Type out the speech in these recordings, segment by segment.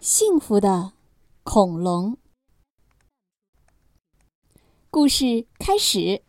幸福的恐龙。故事开始。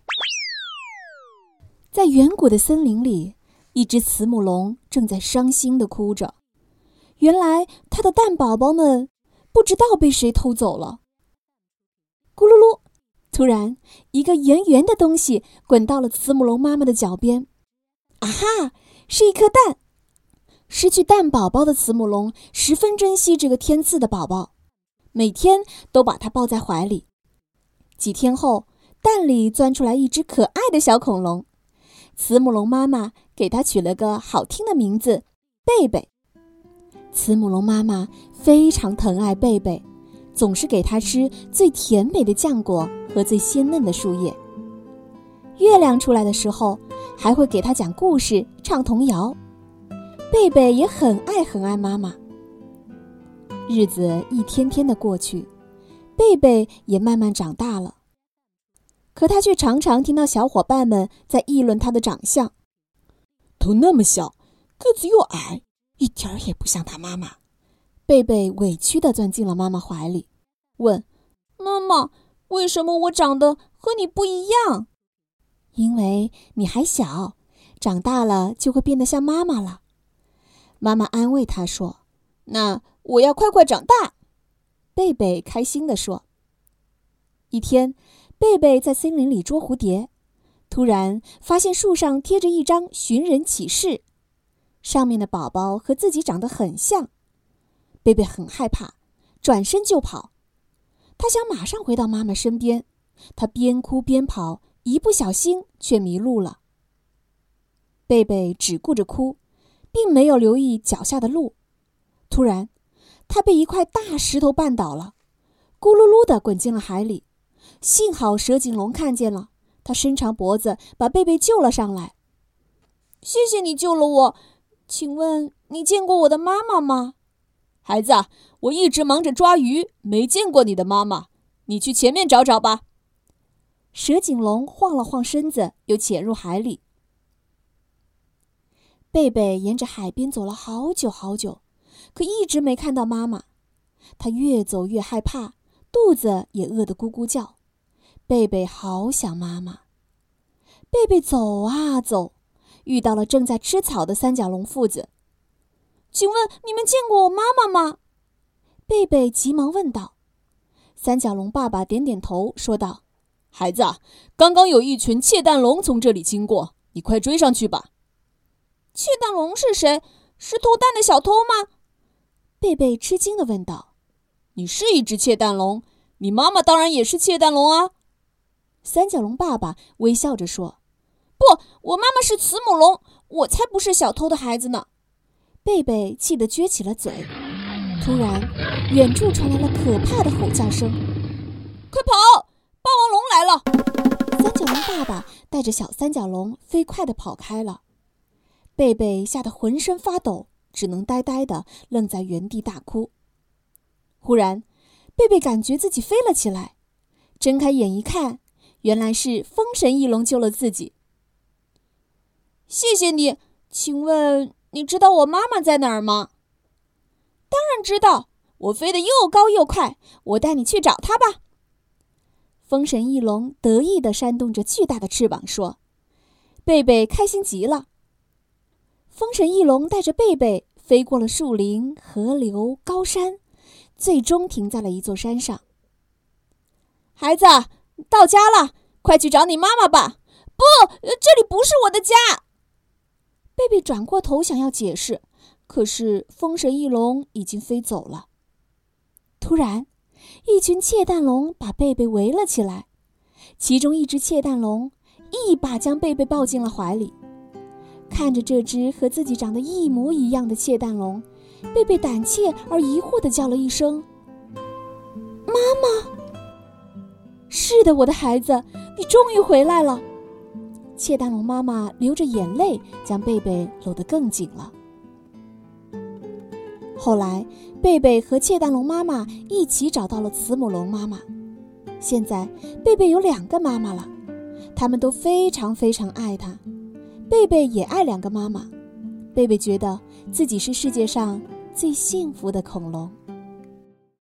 在远古的森林里，一只慈母龙正在伤心地哭着。原来它的蛋宝宝们不知道被谁偷走了。咕噜噜，突然一个圆圆的东西滚到了慈母龙妈妈的脚边。啊哈，是一颗蛋。失去蛋宝宝的慈母龙十分珍惜这个天赐的宝宝，每天都把它抱在怀里。几天后，蛋里钻出来一只可爱的小恐龙。慈母龙妈妈给它取了个好听的名字，贝贝。慈母龙妈妈非常疼爱贝贝，总是给它吃最甜美的浆果和最鲜嫩的树叶。月亮出来的时候，还会给它讲故事，唱童谣。贝贝也很爱妈妈。日子一天天的过去，贝贝也慢慢长大了。可他却常常听到小伙伴们在议论他的长相。头那么小，个子又矮，一点儿也不像他妈妈。贝贝委屈地钻进了妈妈怀里，问：妈妈，为什么我长得和你不一样？因为你还小，长大了就会变得像妈妈了。妈妈安慰他说：那我要快快长大。贝贝开心地说。一天，贝贝在森林里捉蝴蝶，突然发现树上贴着一张寻人启事，上面的宝宝和自己长得很像。贝贝很害怕，转身就跑。他想马上回到妈妈身边，他边哭边跑，一不小心却迷路了。贝贝只顾着哭，并没有留意脚下的路。突然，他被一块大石头绊倒了，咕噜噜地滚进了海里。幸好蛇颈龙看见了，他伸长脖子把贝贝救了上来。谢谢你救了我，请问你见过我的妈妈吗？ 孩子，我一直忙着抓鱼，没见过你的妈妈，你去前面找找吧。 蛇颈龙晃了晃身子，又潜入海里。贝贝沿着海边走了好久好久，可一直没看到妈妈。他越走越害怕，肚子也饿得咕咕叫。贝贝好想妈妈。贝贝走啊走，遇到了正在吃草的三角龙父子。请问你们见过我妈妈吗？贝贝急忙问道。三角龙爸爸点点头，说道： 孩子，刚刚有一群窃蛋龙从这里经过，你快追上去吧。 窃蛋龙是谁？是偷蛋的小偷吗？ 贝贝吃惊地问道。 你是一只窃蛋龙，你妈妈当然也是窃蛋龙啊。 三角龙爸爸微笑着说。 不，我妈妈是慈母龙，我才不是小偷的孩子呢。 贝贝气得撅起了嘴。突然，远处传来了可怕的吼叫声。 快跑，霸王龙来了！ 三角龙爸爸带着小三角龙飞快地跑开了。贝贝吓得浑身发抖，只能呆呆地愣在原地大哭。忽然，贝贝感觉自己飞了起来，睁开眼一看，原来是风神翼龙救了自己。 谢谢你，请问你知道我妈妈在哪儿吗？当然知道，我飞得又高又快，我带你去找她吧。 风神翼龙得意地扇动着巨大的翅膀说。贝贝开心极了。风神翼龙带着贝贝飞过了树林、河流、高山，最终停在了一座山上。 孩子，到家了，快去找你妈妈吧。不，这里不是我的家。 贝贝转过头想要解释，可是风神翼龙已经飞走了。突然，一群窃蛋龙把贝贝围了起来，其中一只窃蛋龙一把将贝贝抱进了怀里。看着这只和自己长得一模一样的窃蛋龙，贝贝胆怯而疑惑地叫了一声：妈妈。是的，我的孩子，你终于回来了。窃蛋龙妈妈流着眼泪将贝贝搂得更紧了。后来，贝贝和窃蛋龙妈妈一起找到了慈母龙妈妈。现在，贝贝有2个妈妈了，她们都非常爱她。贝贝也爱2个妈妈。贝贝觉得自己是世界上最幸福的恐龙。